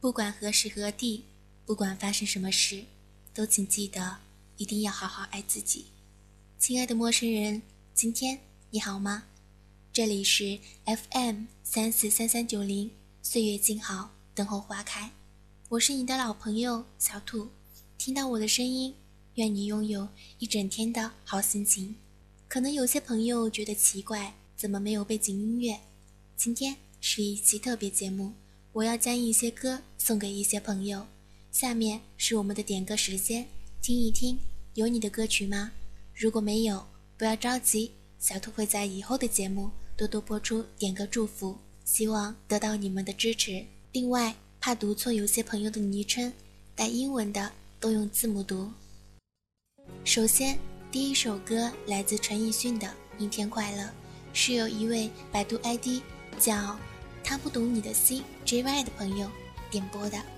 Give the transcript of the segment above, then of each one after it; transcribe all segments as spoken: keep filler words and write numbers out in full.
不管何时何地，不管发生什么事，都请记得一定要好好爱自己。亲爱的陌生人，今天你好吗？这里是 F M 三四三三九零，岁月静好，等候花开。我是你的老朋友小兔，听到我的声音，愿你拥有一整天的好心情。可能有些朋友觉得奇怪，怎么没有背景音乐？今天是一期特别节目，我要将一些歌送给一些朋友。下面是我们的点歌时间，听一听，有你的歌曲吗？如果没有，不要着急，小兔会在以后的节目多多播出点歌祝福，希望得到你们的支持。另外，怕读错有些朋友的昵称，带英文的都用字母读。首先，第一首歌来自陈奕迅的《阴天快乐》，是由一位百度 I D 叫他不懂你的心 J Y 的朋友点播的。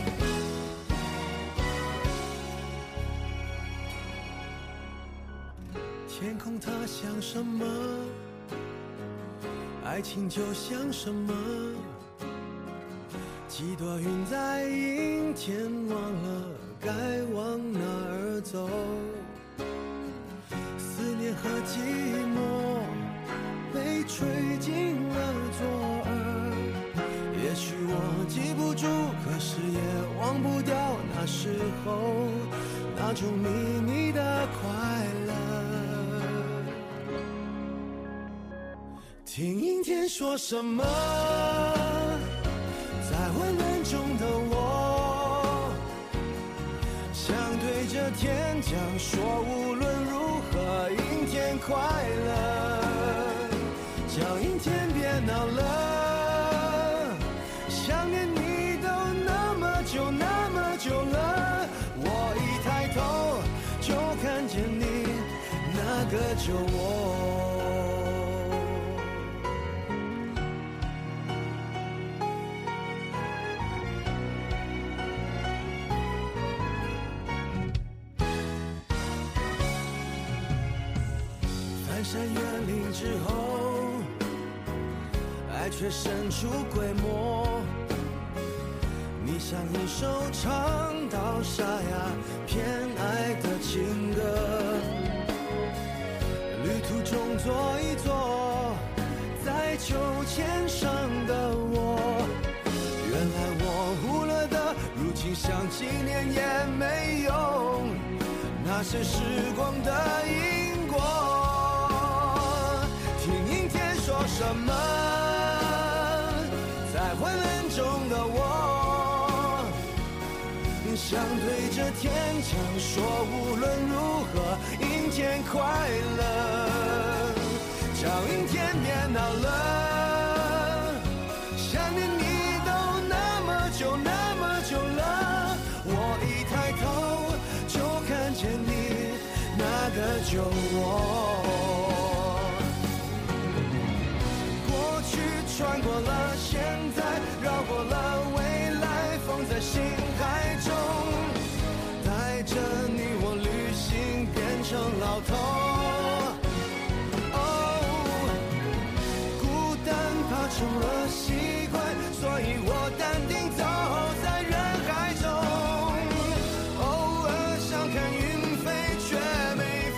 天空它像什么？爱情就像什么？几朵云在阴天，忘了该往哪儿走。思念和寂寞被吹进了左耳，也许我记不住，可是也忘不掉那时候那种秘密的快乐。听阴天说什么，在混乱中的我，想对着天讲说，无论如何阴天快乐，叫阴天别闹了，想念你都那么久那么久了，我一抬头就看见你，那个就我。翻山越岭之后，爱却生出规模。你像一首唱到沙哑偏爱的情歌，旅途中坐一坐，在秋千上的我，原来我忽略的，如今想纪念也没用，那些时光的因果。听阴天说什么，在混乱中的我，想对着天讲说，无论如何阴天快乐，叫阴天别闹了，想念你都那么久那么久了，我一抬头就看见你，那个就我。穿过了现在，绕过了未来，放在心海中，带着你我旅行变成老头。哦，孤单怕成了习惯，所以我淡定走在人海中，偶尔想看云飞却没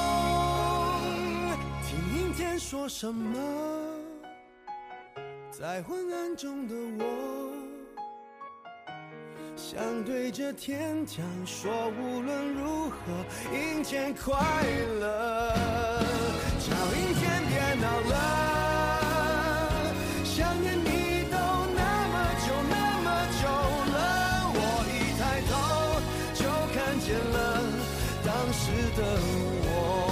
风。听阴天说什么，在昏暗中的我，想对着天讲说，无论如何阴天快乐，叫阴天别闹了，想念你都那么久那么久了，我一抬头就看见了当时的我。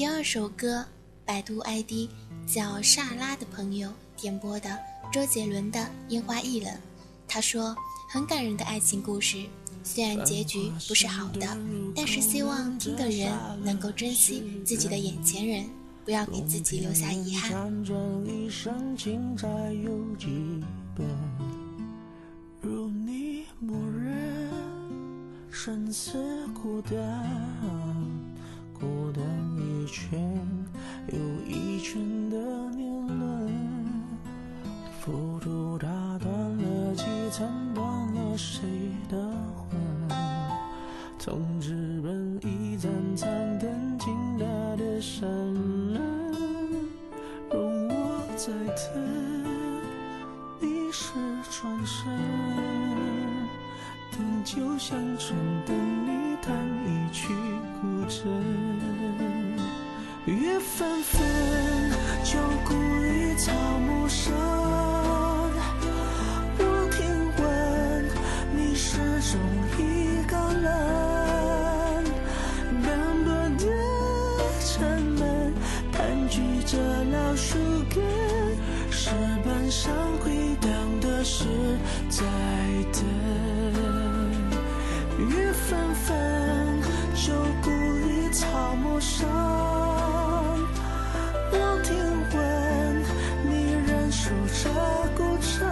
第二首歌，百度 I D 叫萨拉的朋友点播的周杰伦的《烟花易冷》。他说，很感人的爱情故事，虽然结局不是好的，但是希望听的人能够珍惜自己的眼前人，不要给自己留下遗憾。 一生情债有几本，如你默认，生死孤单，孤单一圈又一圈的年轮，浮屠打断了几层，断了谁的魂，从纸本一盏盏灯进大的山门，容我再等，你是转身，听酒香醇，等你弹一曲古筝，月纷纷，旧故里草木深，我听闻你始终一个人，斑驳的城门盘踞着老树根，石板上回荡的是在等，月纷纷，旧故里草木深，我听闻你仍守着古城，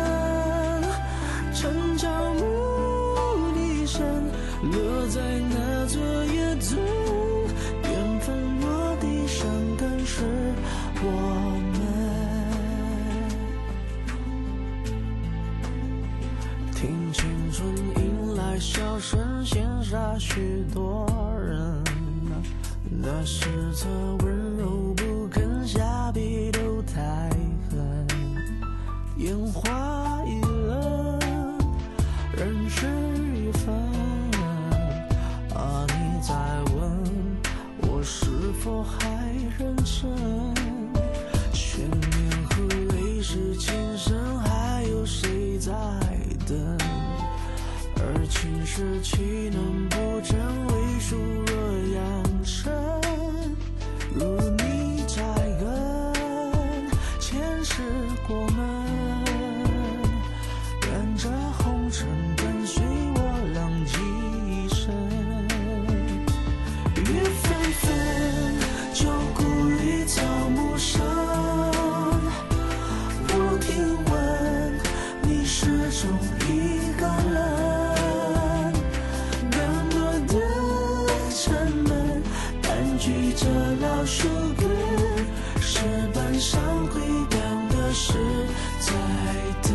城郊牧笛声落在那座野洞，缘分落地生根是我们，听青春迎来笑声，羡煞许多人，那是这温柔不肯下笔都太狠，烟花易冷，人事已分，啊你在问我是否还认真，悬念和泪是情深，还有谁在等，而情是岂能不真，为数若扬尘，如你在根，前世过门，愿这红尘跟随我浪迹一生，月纷纷，旧故里草木深，我听闻你始终一个人，斑驳的城门盘踞着老树根，石板上回荡的是在等，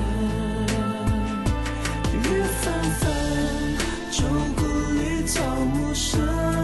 月纷纷，旧故里草木深，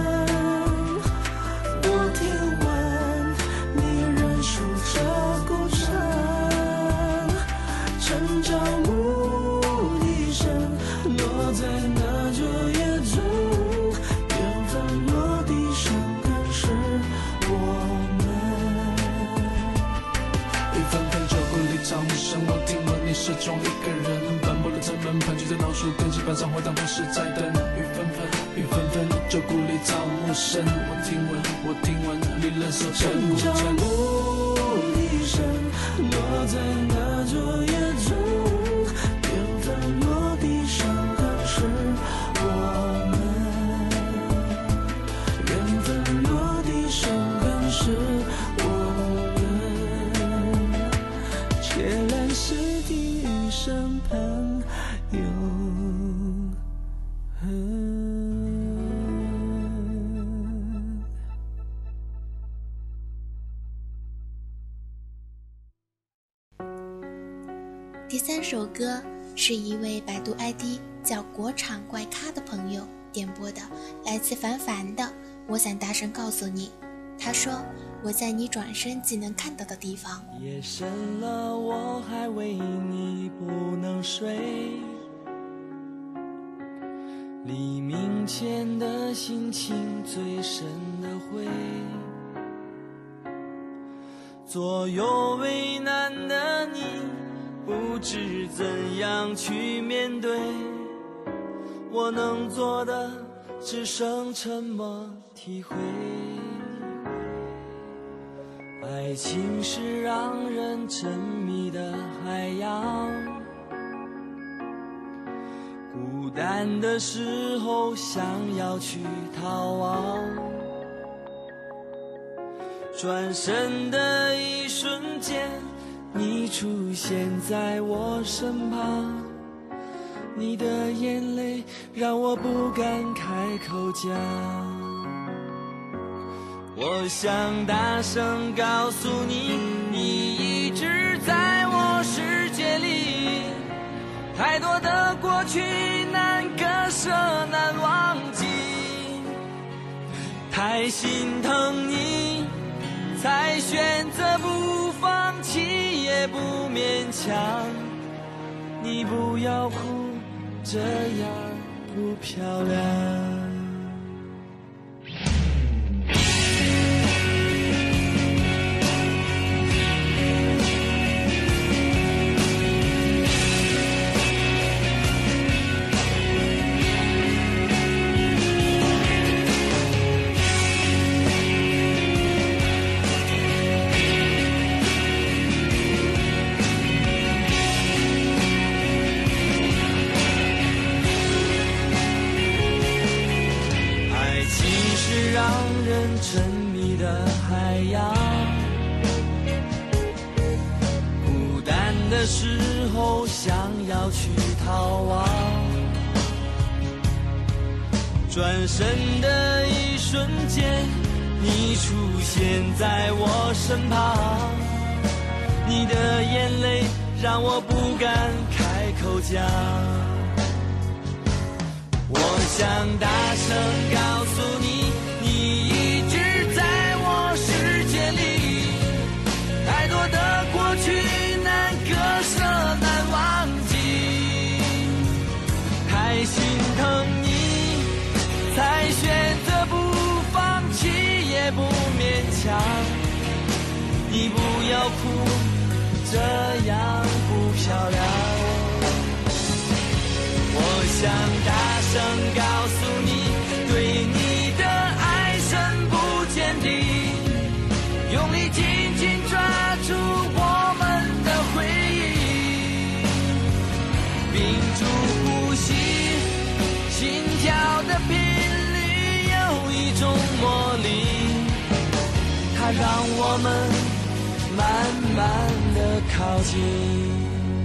我听闻你仍守着古城，城郊牧笛声落在那座野洞，缘分落地生根是我们，一纷纷旧故里草木深，我听闻你始终一个人，斑驳的城门盘踞在老树根，石板上回荡不是在等，雨纷纷，雨纷纷，旧故里草木深，我听闻，我听闻你仍守着古城，城郊牧笛声落在那座野洞，缘分落地生根是我们，缘分落地生根是我们，且来世地与身旁永恒。 第三首歌是一位百度 I D 叫国产怪咖的朋友点播的，来自凡凡的《我想大声告诉你》。他说，我在你转身即能看到的地方。 夜深了，我还为你不能睡，黎明前的心情最深的灰，左右为难的你不知怎样去面对，我能做的只剩沉默体会。 爱情是让人沉迷的海洋，孤单的时候想要去逃亡，转身的一瞬间，你出现在我身旁，你的眼泪让我不敢开口讲。我想大声告诉你，你一直在我世界里，太多的过去难割舍难忘记，太心疼你才选择不放弃也不勉强，你不要哭，这样不漂亮。沉迷的海洋，孤单的时候想要去逃亡，转身的一瞬间，你出现在我身旁，你的眼泪让我不敢开口讲。我想大声告诉你，你一直在我世界里，太多的过去难割舍难忘记，太心疼你才选择不放弃也不勉强，你不要哭，这样不漂亮。我想大声告诉你，对你的爱深不见底，用力紧紧抓住我们的回忆，屏住呼吸，心跳的频率有一种魔力，它让我们慢慢的靠近。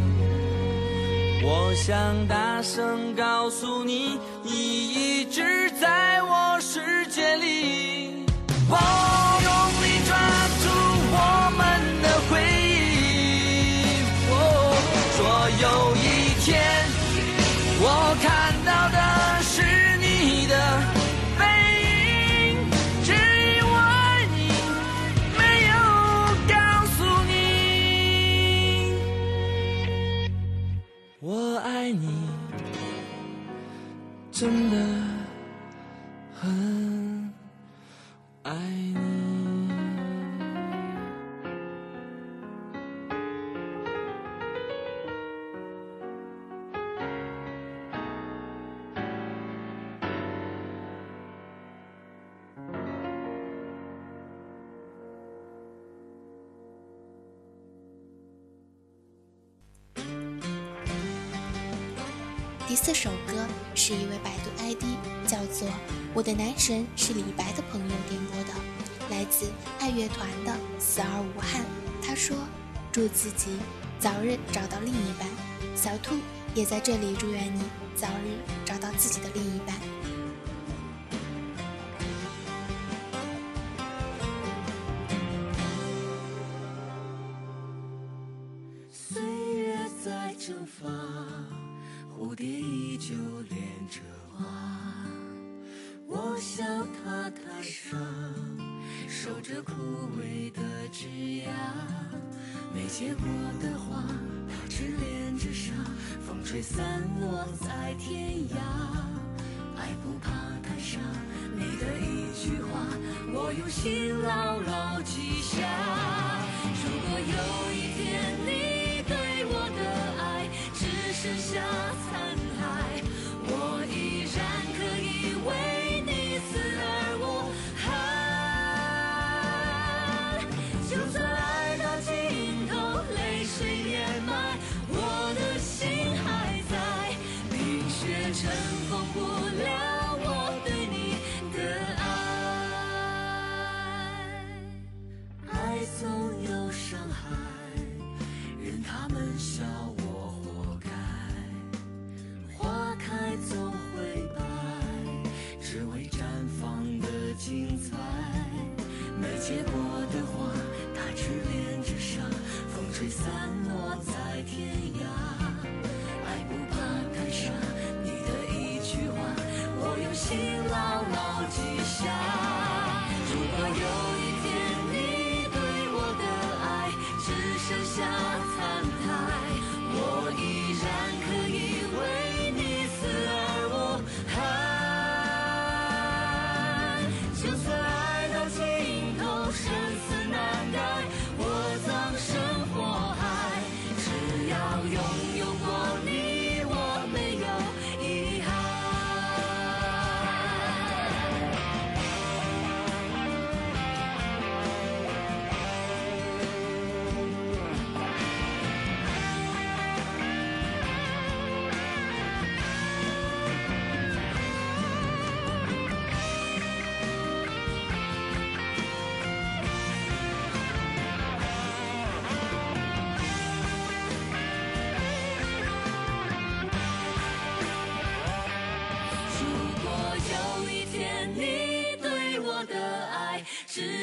我想大声告诉你，你一直在我世界里，我用力抓住我们的回忆，哦，说有一天我看到的是你的背影，只因为你没有告诉你我爱你，真的很爱你。 第四首歌是一位百度 I D 叫做我的男神是李白的朋友点播的，来自爱乐团的死而无憾。他说祝自己早日找到另一半，小兔也在这里祝愿你早日找到自己的另一半。 岁月在蒸发，蝴蝶依旧恋着花，我笑它太傻，守着枯萎的枝桠，没结果的花，它只恋着沙，风吹散落在天涯。爱不怕太傻，你的一句话，我用心牢牢记下。如果有一天你对我的爱只剩下残骸，我依然可以为你死而无憾。就算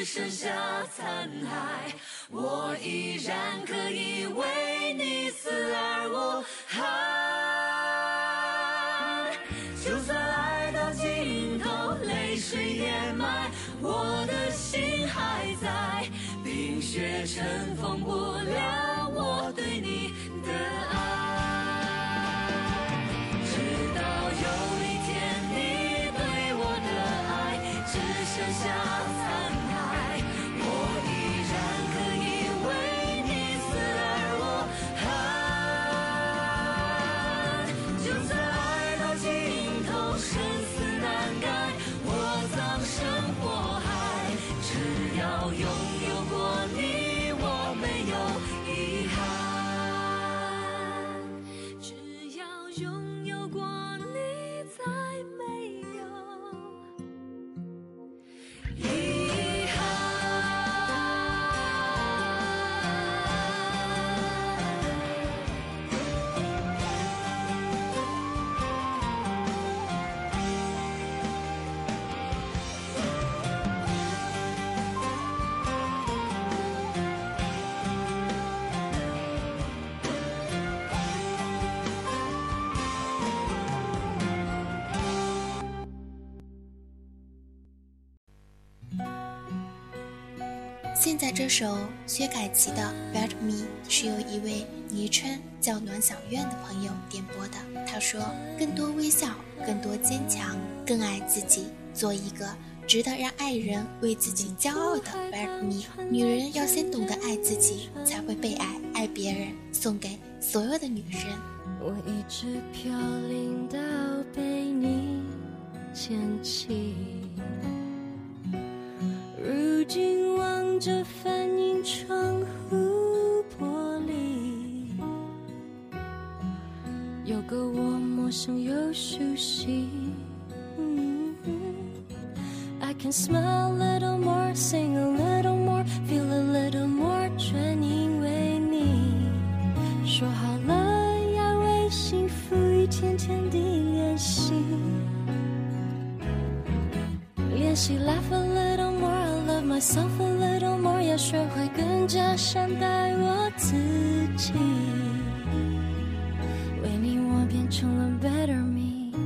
只剩下残骸，我依然可以为你死而无憾。就算爱到尽头，泪水掩埋，我的心还在，冰雪尘封不了我对你的爱。直到有一天你对我的爱只剩下残骸，我依然可以为你死而无憾。就算爱到尽头，生死难改，我葬身火海，只要拥有过你，我没有遗憾。只要拥有过你，再没有遗憾。 现在这首薛凯琪的《About Me》是由一位昵称叫暖小院的朋友点播的。他说：更多微笑，更多坚强，更爱自己，做一个值得让爱人为自己骄傲的 About Me。 女人要先懂得爱自己，才会被爱，爱别人，送给所有的女生。 我一直飘零到被你捡起，如今望着反映窗户玻璃，有个我陌生又熟悉。I can smile a little more, sing a little more, feel a little more， 全因为你说好了要为幸福一天天地练习，练习 laugh a little more, I love myself a little more， 要学会更加善待我自己，为你我变成了 better me。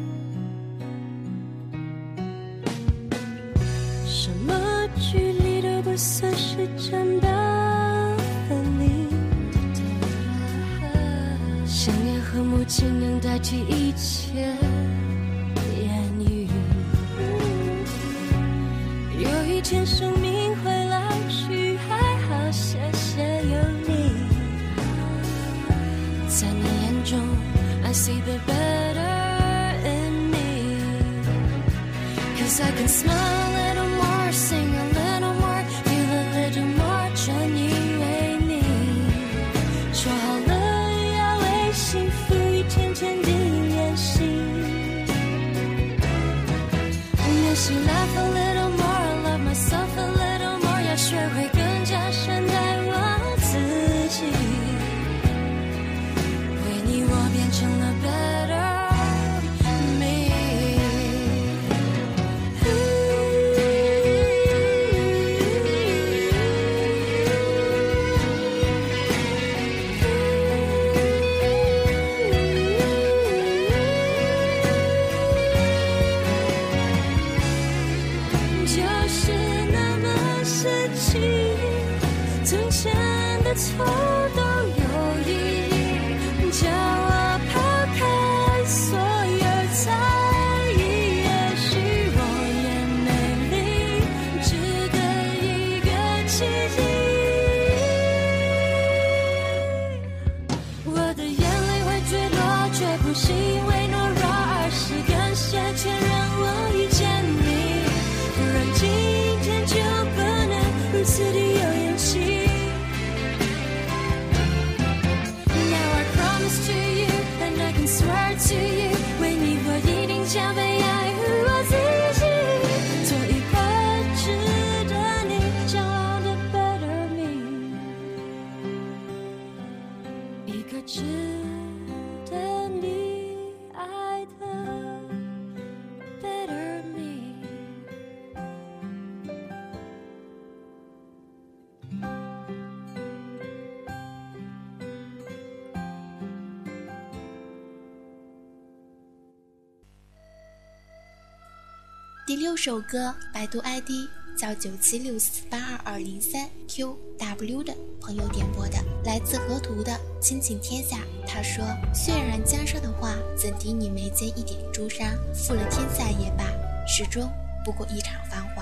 什么距离都不算是真的分离，想念和母亲能代替一切言语。有一天生命会老去，还好谢谢有你，在你眼中 I see the better in me， Cause I can smile a little more, sing a little more, feel a little more， 全因为你说好了要为幸福一天天地练习，练习 laugh a little more, I love myself a little more， 要学会更加善待我自己，为你我变成了 better me。就是那么深情，从前的错都有意义，叫我抛开所有猜疑，也许我也美丽，值得一个奇迹。我的眼泪会坠落，却不是因为懦弱，而是感谢前让我遇见你，不然今天就不能如此地有勇气。Now I promise to you and I can swear to you， 为你我一定将被爱与我自己，做一个值得你骄傲的 better me， 一个值得你爱的 better me。 第六首歌，百度 I D 叫九七六四八二二零三 Q W 的朋友点播的，来自河图的亲近天下。他说，血染袈裟的话，怎敌你眉间一点朱砂，负了天下也罢，始终不过一场繁华。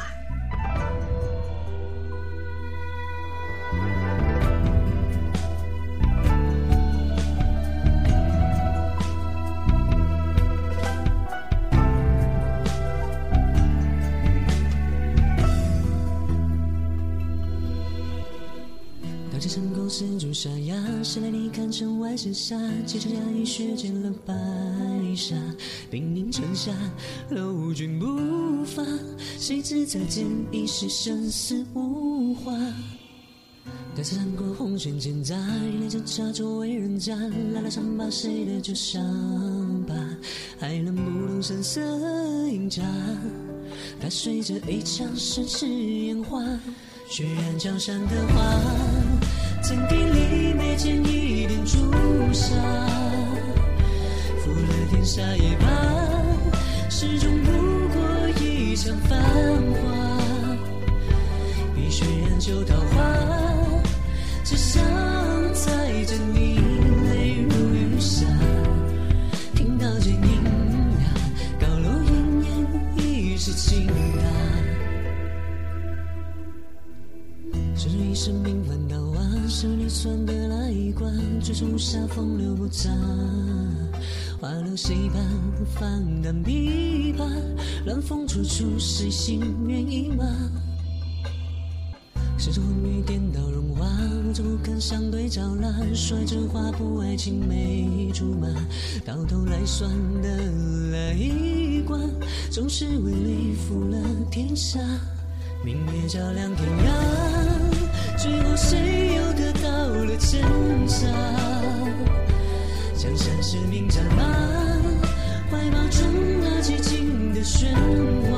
这成功是朱砂呀，谁来你看城外是沙，几场压抑血溅了白纱，兵临城下，楼君不发，谁知再见已是生死无话。待此战过红尘千杂，人类挣扎周围人家，来了伤疤谁的旧伤疤，还能不懂声色饮茶，它随着一场盛世烟花，血染江山的花，怎敌你眉间一点朱砂，负了天下也罢，始终不过一场繁华。碧血染旧桃花，只想载着你泪如雨下。听到剑音呀，高楼奄奄已是倾塌。是一生命凡道啊，是你算得来一关，追逐下风流不杂，花落谁伴翻淡琵琶，乱风处处谁心愿意吗？是这昏雨颠倒融化，我怎不肯相对照蜡，说这话不爱青梅竹马，到头来算得来一关，总是为你负了天下。明月照亮天涯，最后谁又得到了真相？江山是名战马，怀抱中那寂静的喧哗，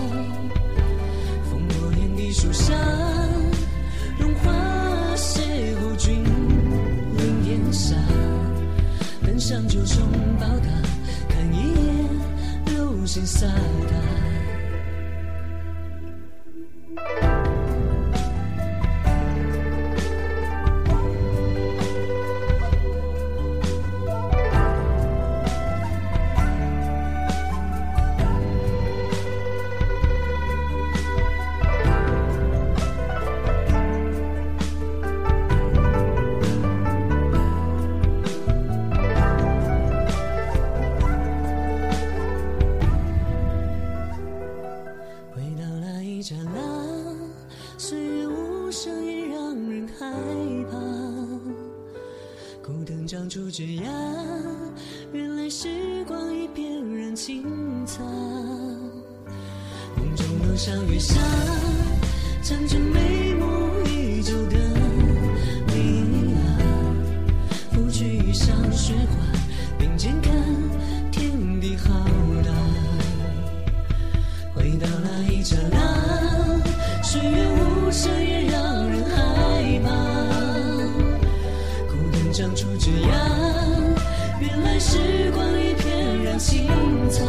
烽火天地树下，荣华邂逅君临烟霞，登上九重宝塔，看一眼流星飒沓。长出枝桠，原来时光已翩然青草。梦中楼上月下，藏着眉目依旧的你啊，拂去衣上雪花，并肩看天地浩大。回到那一刹那，岁月无声也让人害怕。长出枝桠，原来时光已翩然青草。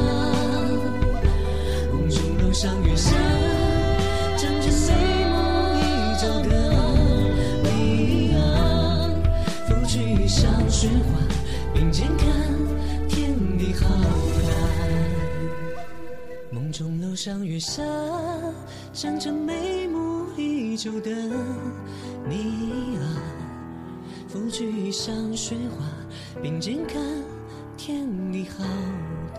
梦中楼上月下，站着眉目依旧的你啊，拂去衣上雪花，并肩看天地浩大。梦中楼上月下，站着眉目依旧的你啊，拂去衣上雪花，并肩看天地浩大。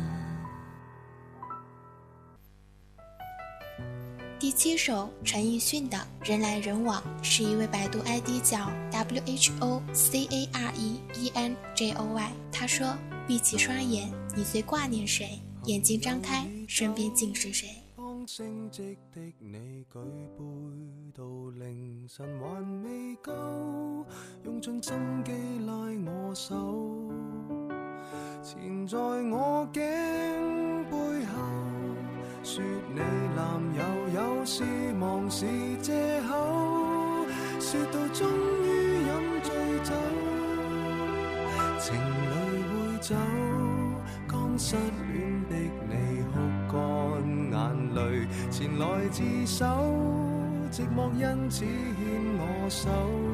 第七首陈奕迅的《人来人往》是一位百度 I D 叫 W H O C A R E E N J O Y， 他说：闭起双眼，你最挂念谁？眼睛张开，身边竟是谁？ 当升职的你举杯到凌晨还未够，用尽心机拉我手，纏在我颈背後，說你男友有事忙是藉口，說到終於飲醉酒，情侶會走，剛失戀的你哭乾眼眼淚，前來自首，寂寞因此牽我手，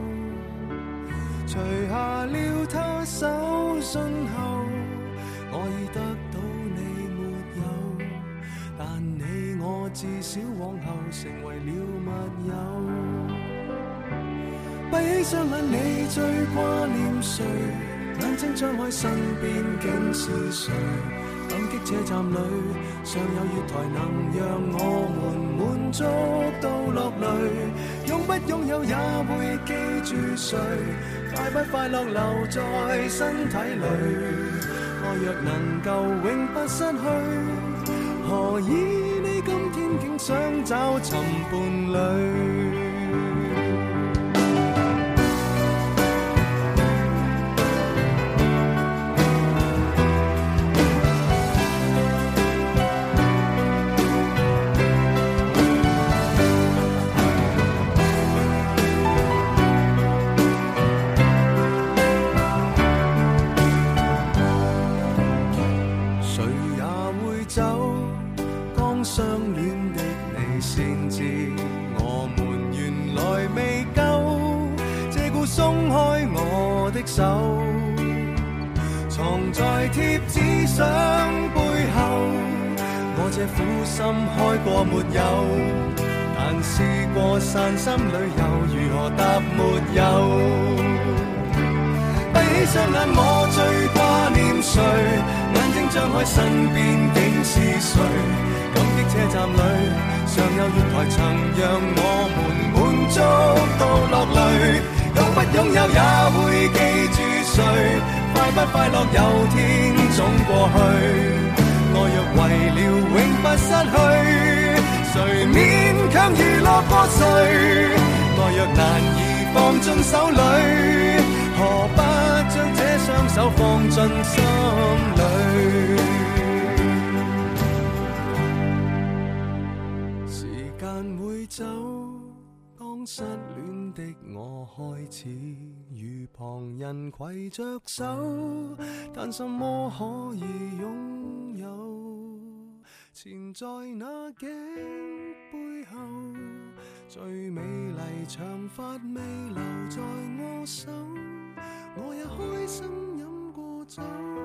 除下了他手信後，我已得到你沒有，但你我至少往後成為了密友。閉起雙眼，你最掛念誰？眼睛張開，身邊竟是誰？感激這站裏尚有月台，能讓我們滿足到落淚。擁不擁有也會記住誰？快不快樂留在身體裏？愛若能夠永不失去，何以你今天竟想找尋伴侶？手藏在貼紙相背後，我這苦心開過沒有？但試過散心旅遊，如何答沒有？閉起雙眼，我最掛念誰？眼睛張開，身邊竟是誰？感激車站裏尚有月台，曾讓我們滿足到落淚。擁不擁有也會記住誰？快不快樂有天總過去。愛若為了永不失去，誰勉強娛樂過誰？愛若難以放進手裏，何不將這雙手放進心裏？時間會走，當失戀的我開始與旁人攜着手，但什麼可以擁有？纏在那頸背後，最美麗長髮未留在我手，我也開心飲過酒。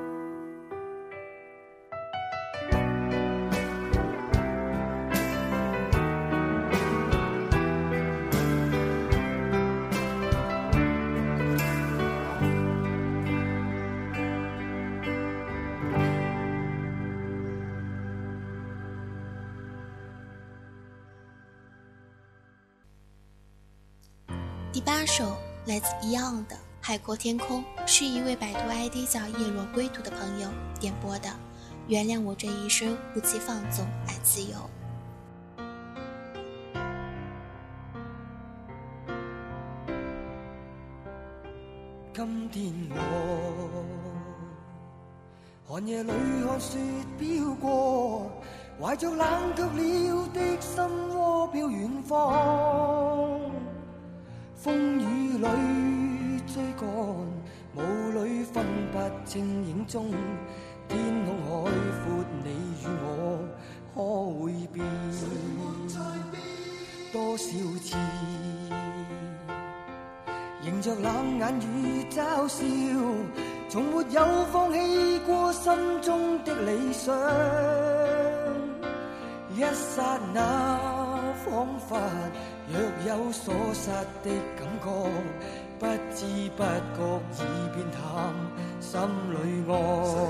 第八首来自 Beyond 的《海阔天空》，是一位百度 I D 叫叶落归途的朋友点播的。原谅我这一生不羁放纵，爱自由。 今天我寒夜裏看雪飄過，懷着冷卻了的心窩飄遠方。風雨裏追趕，霧裏分不清影蹤，天空海闊，你與我可會變？多少次迎着冷眼與嘲笑，從沒有放棄過心中的理想。一剎那彷彿若有所失的感覺，不知不覺已變淡心裏愛。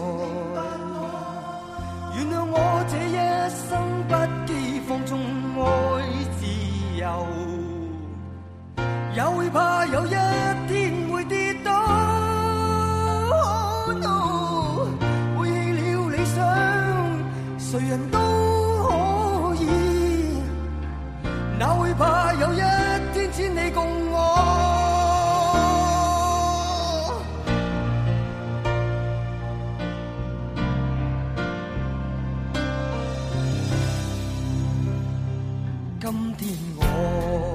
原諒我這一生不羈放縱愛自由，也會怕有一天會跌倒。Oh no， 背棄了理想，誰人都可以，哪會怕有一天只你共我。今天我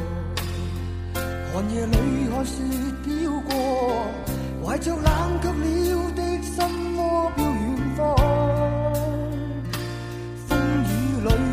寒夜裏看雪飄過，懷着冷卻了的心窩飄遠方。風雨裏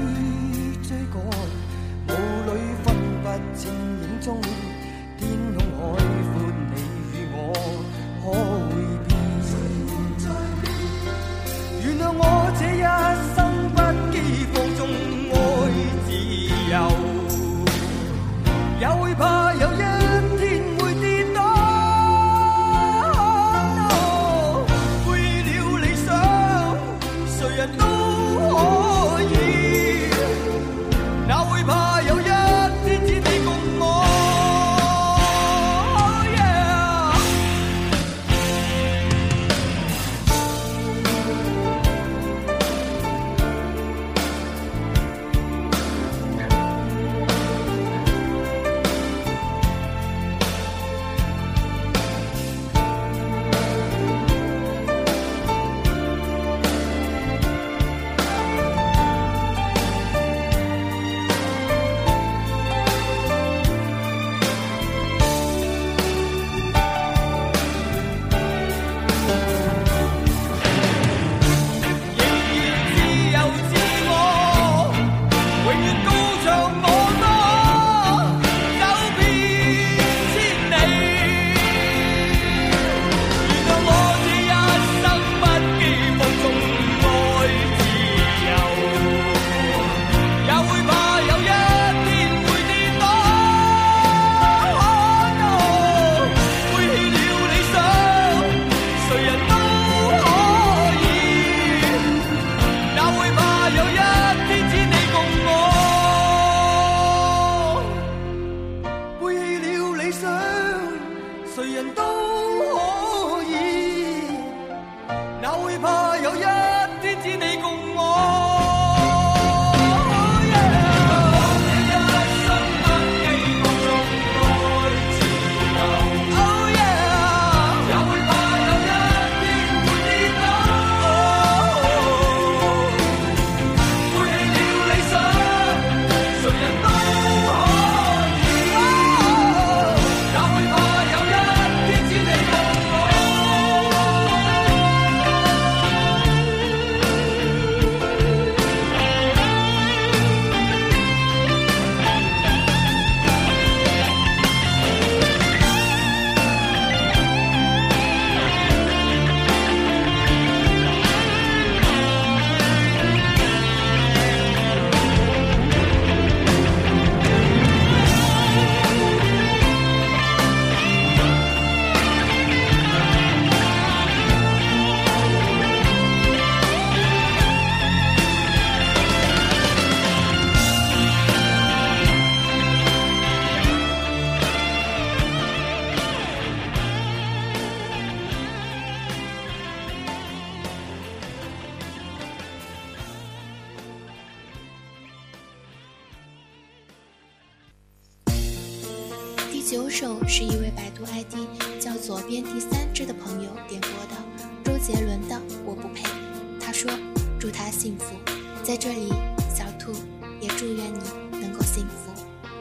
九首是一位百度 I D 叫左边第三只的朋友点播的周杰伦的《我不配》，他说祝他幸福，在这里小兔也祝愿你能够幸福。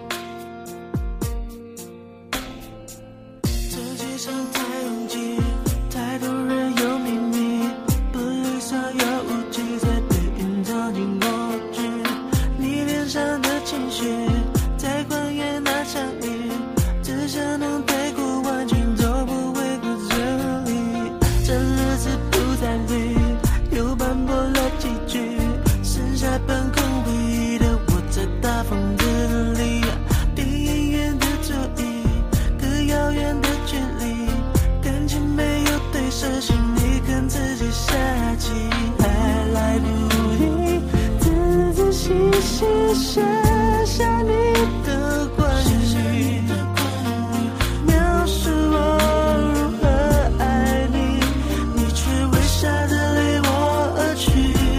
这街上太拥挤，太多人有秘密，玻璃上有雾气在被营造进过去，你脸上的情绪在还原那场雨，只想能带过完全都不会过这里，这日子不再绿，又斑驳了几句，剩下半空回忆的我在大房子里，电影院的座椅，隔遥远的距离，感情没有对手戏，你看自己下棋还来不及，仔仔细细写下你的关于，描述我如何爱你，你却微笑着离我而去，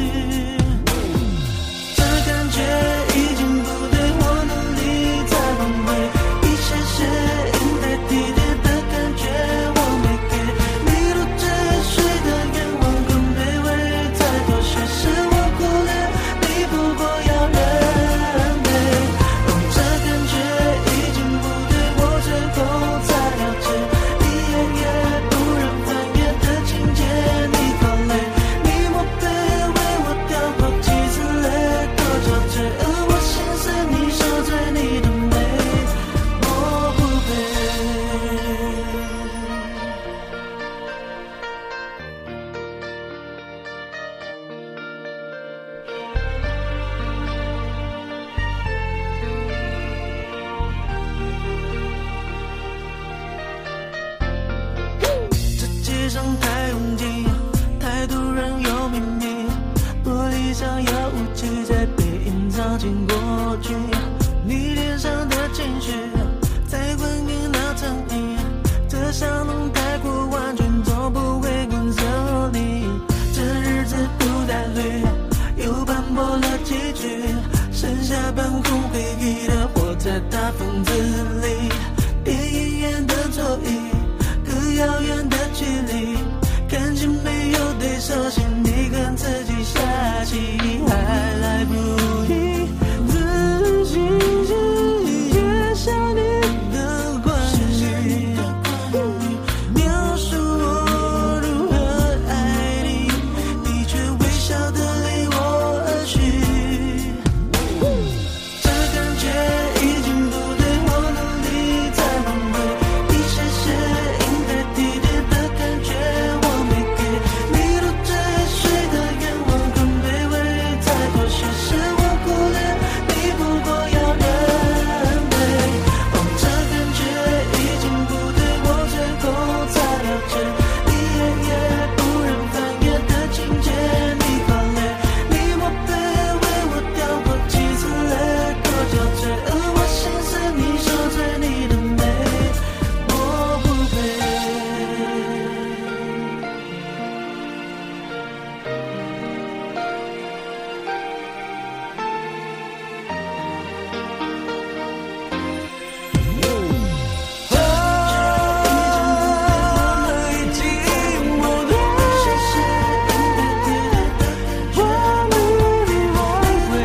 这感觉已经不对，我努力在挽回，一切是应该体贴的感觉我没给，你入赘睡的愿望更卑微，再多些是我忽略，你不过要人类，哦，这感觉已经不对，我最后才了解，一页页不忍翻阅的情节你好累，你默背为我掉过几次泪，多憔悴，而我心思你受罪，你的美我不配。这街上太拥挤，太多人有秘密，玻璃上有雾气在被营造进过去，你脸上的情绪在还原那场雨，这像能带过完全都不会滚走你，这日子不再绿，又斑驳了几句，剩下半空回忆的活在大房子里，电影院的座椅，隔遥远的距离，感情没有对手戏，你看自己下棋还来不及，仔细写下你的关于，描述我如何爱你，你却微笑的离我而去，这感觉已经不对，我努力在挽回，一切是应该体贴的感觉我没给，你入赘睡的愿望更卑微，再多些是我忽略，你不过要人类，哦，这感觉已经不对，我最后才了解，一页页不忍翻阅的情节你好累，你默背为我掉过几次泪，多憔悴，而我心思你受罪，你的美我不配。已经不对，我努力挽回，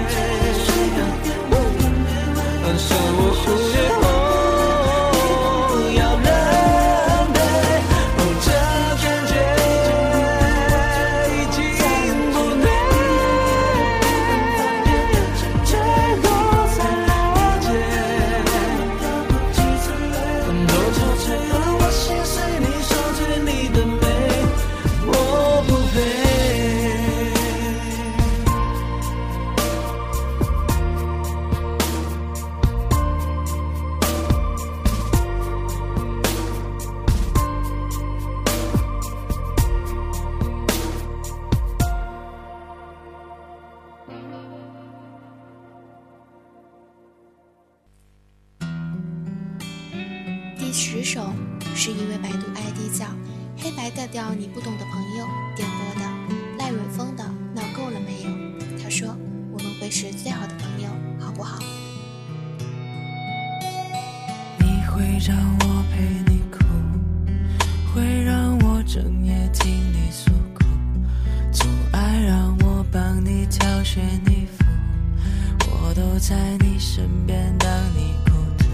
是我忽略后要人陪，哦，这感觉已经不对，最后才了解，多憔悴，而我心碎，你受罪，你的美我不配。 第十首是一位百度 I D 叫黑白调调你不懂的朋友点播的赖蕊峰的闹够了没有，他说我们会是最好的朋友好不好。 你会找学你疯，我都在你身边当你孤独。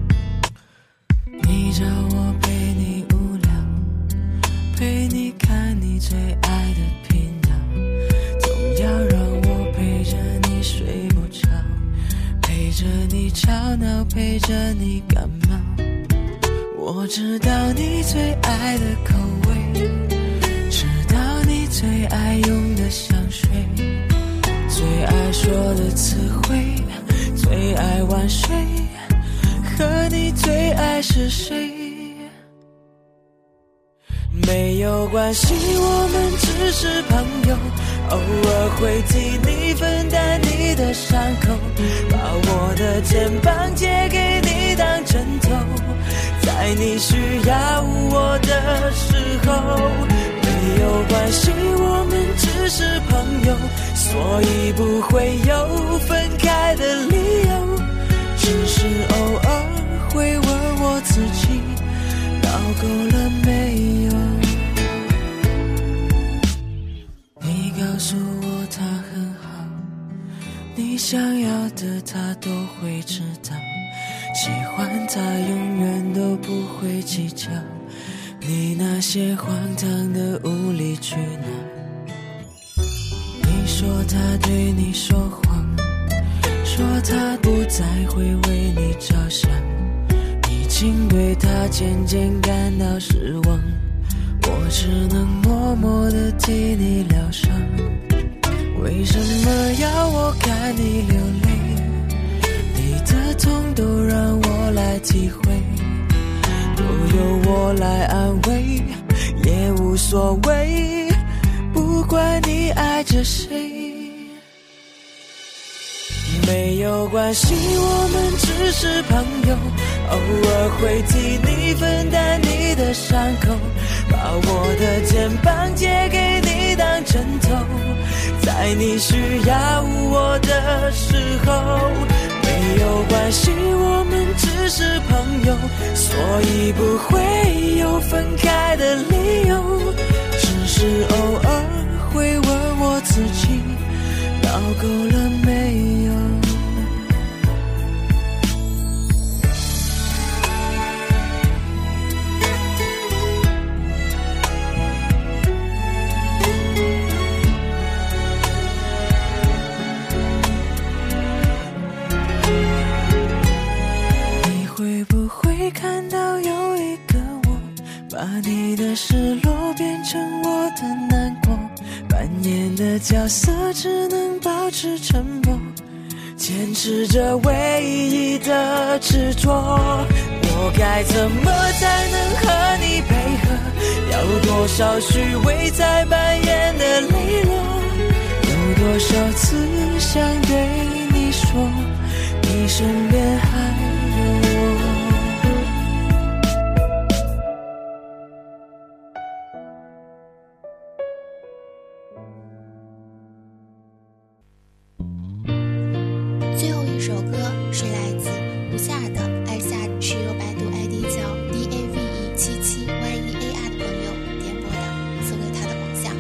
你找我陪你无聊，陪你看你最爱的频道，总要让我陪着你睡不着，陪着你吵闹，陪着你感冒。我知道你最爱的口味，知道你最爱用的香水，最爱说的词汇，最爱晚睡，和你最爱是谁？没有关系，我们只是朋友，偶尔会替你分担你的伤口，把我的肩膀借给你当枕头，在你需要我的时候。没有关系，我们只是朋友，所以不会有分开的理由，只是偶尔会问我自己闹够了没有。你告诉我他很好，你想要的他都会知道，喜欢他永远都不会计较，你那些荒唐的无理取闹。你说他对你说谎，说他不再会为你着想，已经对他渐渐感到失望，我只能默默地替你疗伤。为什么要我看你流泪？你的痛都让我来体会，都由我来安慰，也无所谓，不管你爱着谁。没有关系，我们只是朋友，偶尔会替你分担你的伤口，把我的肩膀借给你当枕头，在你需要我的时候。没有关系，我们只是朋友，所以不会有分开的理由，只是偶尔会问我自己闹够了没有。看到有一个我，把你的失落变成我的难过，扮演的角色只能保持沉默，坚持着唯一的执着。我该怎么才能和你配合？要多少虚伪才扮演的磊落？有多少次想对你说，你身边还有我？ 最后一首歌是来自吴夏的《爱夏》，是由百度 I D 叫 D A V E 七七 Y E A R 的朋友点播的，送给他的偶像。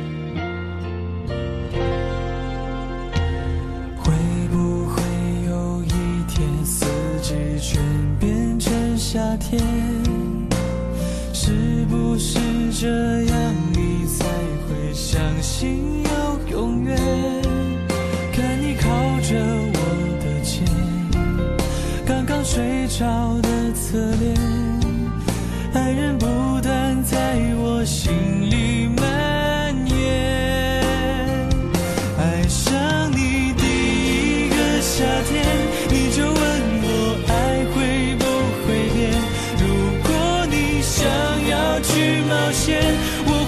会不会有一天四季全变成夏天？是不是这样你才会相信有永远？看你靠着我的肩，刚刚睡着的侧脸，爱人不断在我心里蔓延。爱上你第一个夏天，你就问我爱会不会变？如果你想要去冒险，我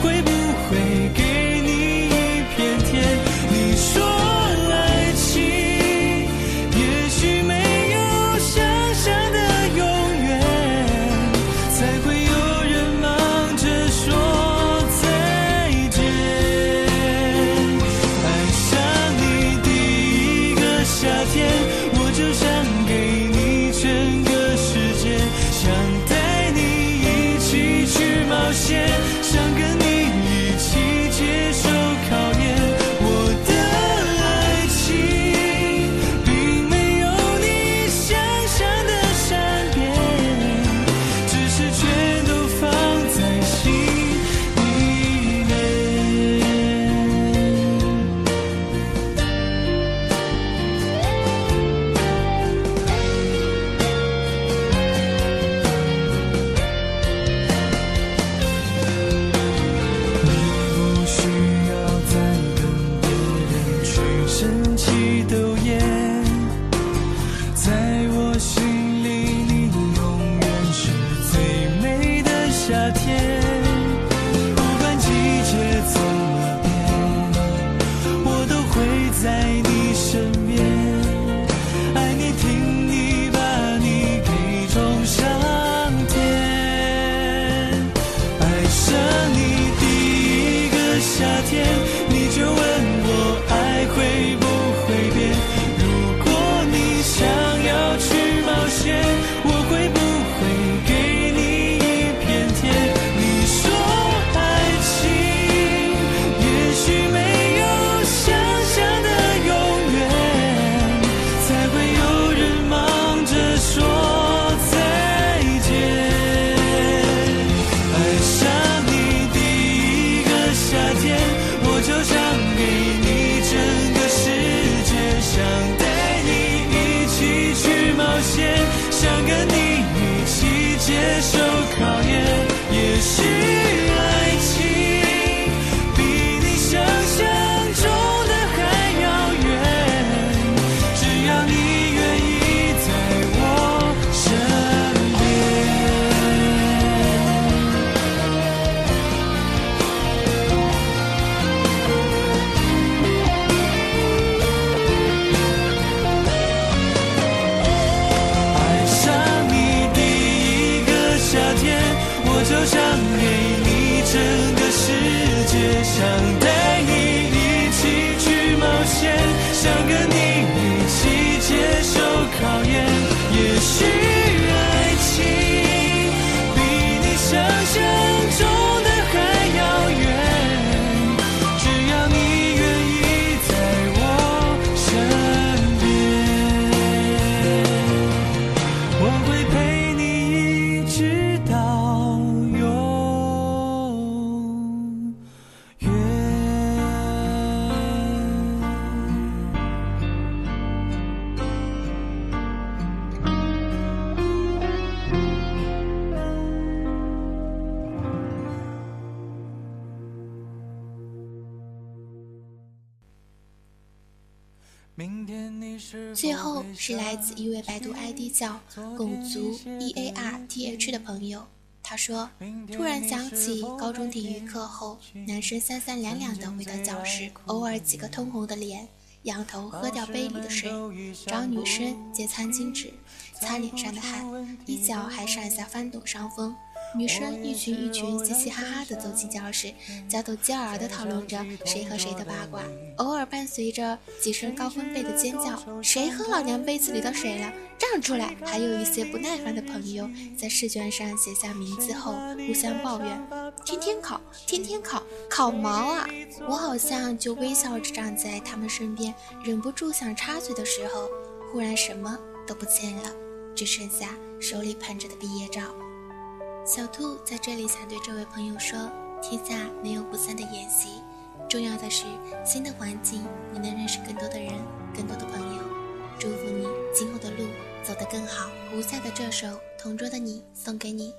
最后是来自一位百度 I D 叫拱足 E A R T H 的朋友，他说突然想起高中体育课后，男生三三两两的回到教室，偶尔几个通红的脸，仰头喝掉杯里的水，找女生借餐巾纸擦脸上的汗，一脚还上下翻斗上风。女生一群一群嘻嘻哈哈地走进教室，交头接耳地讨论着谁和谁的八卦，偶尔伴随着几声高分贝的尖叫，谁喝老娘杯子里的水了，站出来。还有一些不耐烦的朋友在试卷上写下名字后互相抱怨，天天考天天考考毛啊。我好像就微笑着站在他们身边，忍不住想插嘴的时候，忽然什么都不见了，只剩下手里捧着的毕业照。小兔在这里想对这位朋友说，天下没有不散的宴席，重要的是新的环境你能认识更多的人，更多的朋友。祝福你今后的路走得更好。无下的这首《同桌的你》送给你。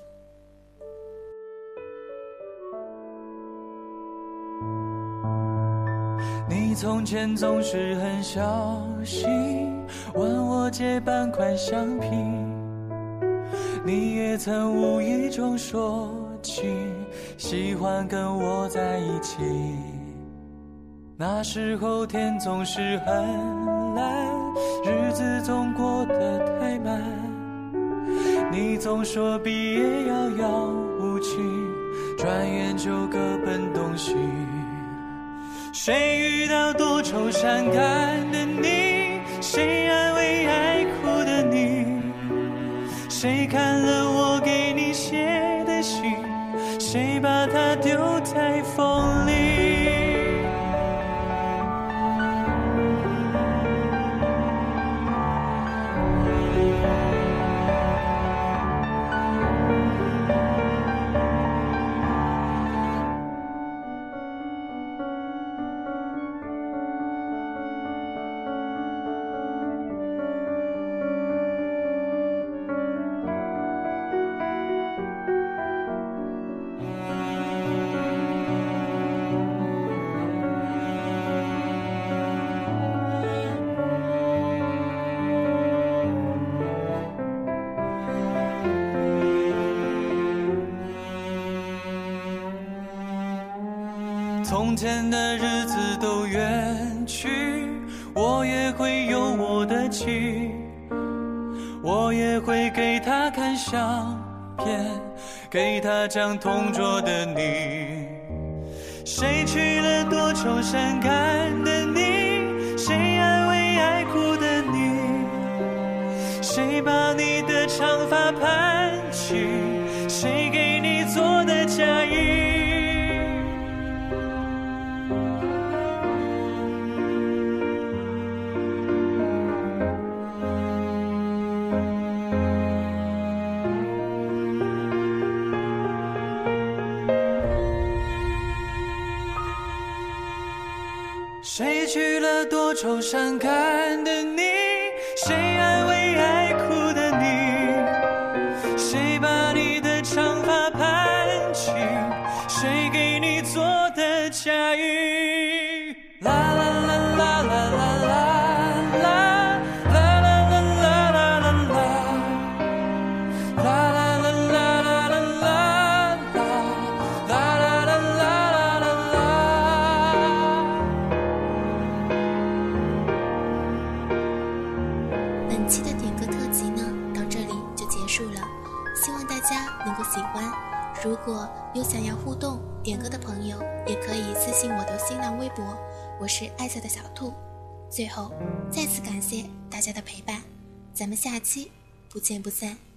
你从前总是很小心问我借半块橡皮，你也曾无意中说起喜欢跟我在一起，那时候天总是很蓝，日子总过得太慢，你总说毕业遥遥无期，转眼就各奔东西。谁遇到多愁善感的你，谁安慰爱哭的你，谁看了我给你写的信，谁把它丢在风里。从前的日子都远去，我也会有我的情，我也会给他看相片，给他讲同桌的你。谁娶了多愁善感的你，谁安慰爱哭的你，谁把你的长发盘起，谁给你做的嫁衣。谁娶了多愁善感的你，谁安慰爱哭的你，谁把你的长发盘起，谁给你做的嫁衣。啦啦啦啦啦啦啦啦啦啦啦啦啦啦啦啦啦啦啦本期的点歌特辑呢，到这里就结束了，希望大家能够喜欢。如果有想要互动点歌的朋友，也可以私信我的新浪微博，我是爱色的小兔。最后再次感谢大家的陪伴，咱们下期不见不散。